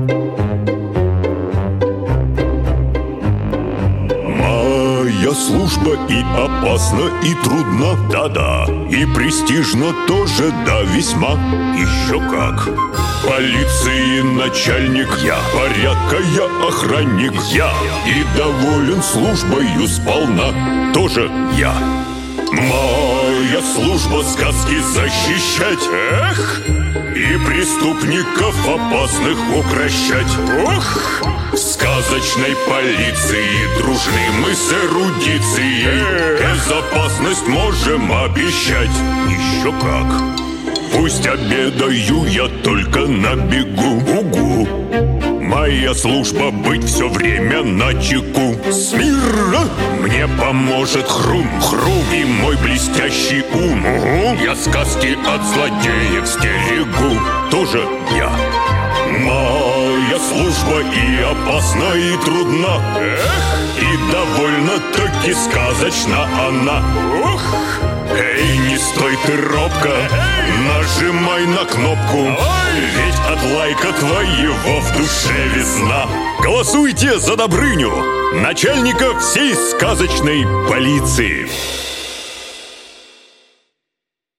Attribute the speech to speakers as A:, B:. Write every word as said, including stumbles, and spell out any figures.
A: Моя служба и опасна, и трудна, да-да, и престижно тоже, да, весьма. Еще как. Полиции начальник я, порядка я охранник я, и доволен службою сполна, тоже я. Моя служба сказки защищать, эх, и преступников опасных укрощать. Ох! В сказочной полиции дружны мы с эрудицией, безопасность можем обещать. Еще как. Пусть обедаю я только на бегу, угу. Моя служба быть все время начеку. Смирно! Мне поможет хрум-хрум и мой блестящий ум. Угу. Я сказки от злодеев стерегу, тоже я. Моя служба и опасна, и трудна, эх, и довольно-таки сказочна она. Ух! Эй, не стой ты робко, нажимай на кнопку, ведь от лайка твоего в душе весна. Голосуйте за Добрыню, начальника всей сказочной полиции.